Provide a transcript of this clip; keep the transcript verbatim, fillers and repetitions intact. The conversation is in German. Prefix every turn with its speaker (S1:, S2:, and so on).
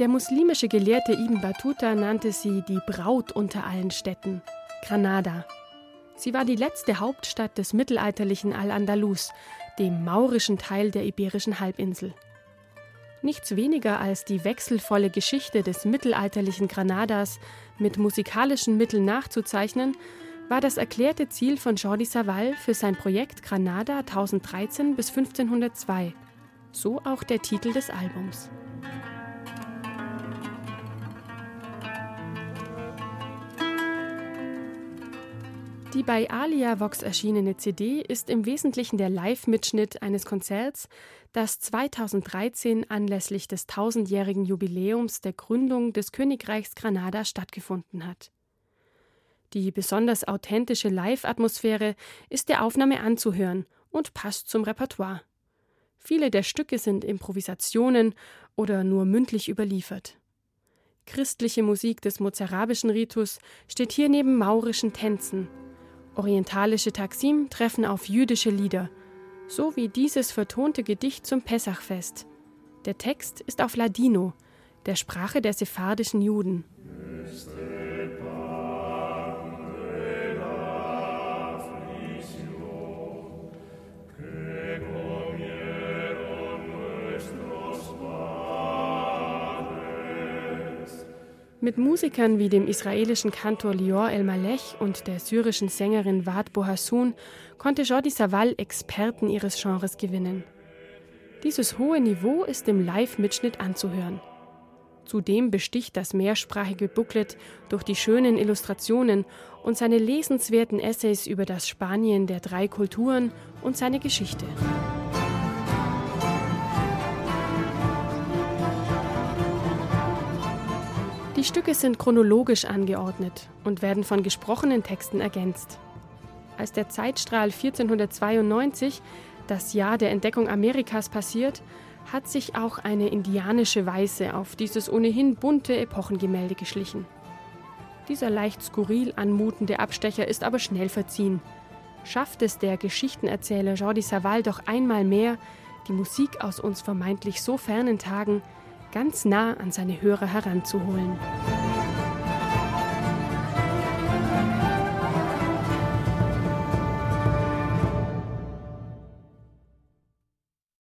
S1: Der muslimische Gelehrte Ibn Battuta nannte sie die Braut unter allen Städten, Granada. Sie war die letzte Hauptstadt des mittelalterlichen Al-Andalus, dem maurischen Teil der Iberischen Halbinsel. Nichts weniger als die wechselvolle Geschichte des mittelalterlichen Granadas mit musikalischen Mitteln nachzuzeichnen, war das erklärte Ziel von Jordi Savall für sein Projekt Granada tausenddreizehn bis fünfzehnhundertzwei. So auch der Titel des Albums. Die bei Alia Vox erschienene C D ist im Wesentlichen der Live-Mitschnitt eines Konzerts, das zweitausenddreizehn anlässlich des tausendjährigen Jubiläums der Gründung des Königreichs Granada stattgefunden hat. Die besonders authentische Live-Atmosphäre ist der Aufnahme anzuhören und passt zum Repertoire. Viele der Stücke sind Improvisationen oder nur mündlich überliefert. Christliche Musik des mozarabischen Ritus steht hier neben maurischen Tänzen. Orientalische Taksim treffen auf jüdische Lieder, so wie dieses vertonte Gedicht zum Pessachfest. Der Text ist auf Ladino, der Sprache der sephardischen Juden. Mit Musikern wie dem israelischen Kantor Lior El-Malech und der syrischen Sängerin Wad Bohassoun konnte Jordi Savall Experten ihres Genres gewinnen. Dieses hohe Niveau ist im Live-Mitschnitt anzuhören. Zudem besticht das mehrsprachige Booklet durch die schönen Illustrationen und seine lesenswerten Essays über das Spanien der drei Kulturen und seine Geschichte. Die Stücke sind chronologisch angeordnet und werden von gesprochenen Texten ergänzt. Als der Zeitstrahl vierzehnhundertzweiundneunzig, das Jahr der Entdeckung Amerikas, passiert, hat sich auch eine indianische Weiße auf dieses ohnehin bunte Epochengemälde geschlichen. Dieser leicht skurril anmutende Abstecher ist aber schnell verziehen. Schafft es der Geschichtenerzähler Jordi Savall doch einmal mehr, die Musik aus uns vermeintlich so fernen Tagen ganz nah an seine Hörer heranzuholen.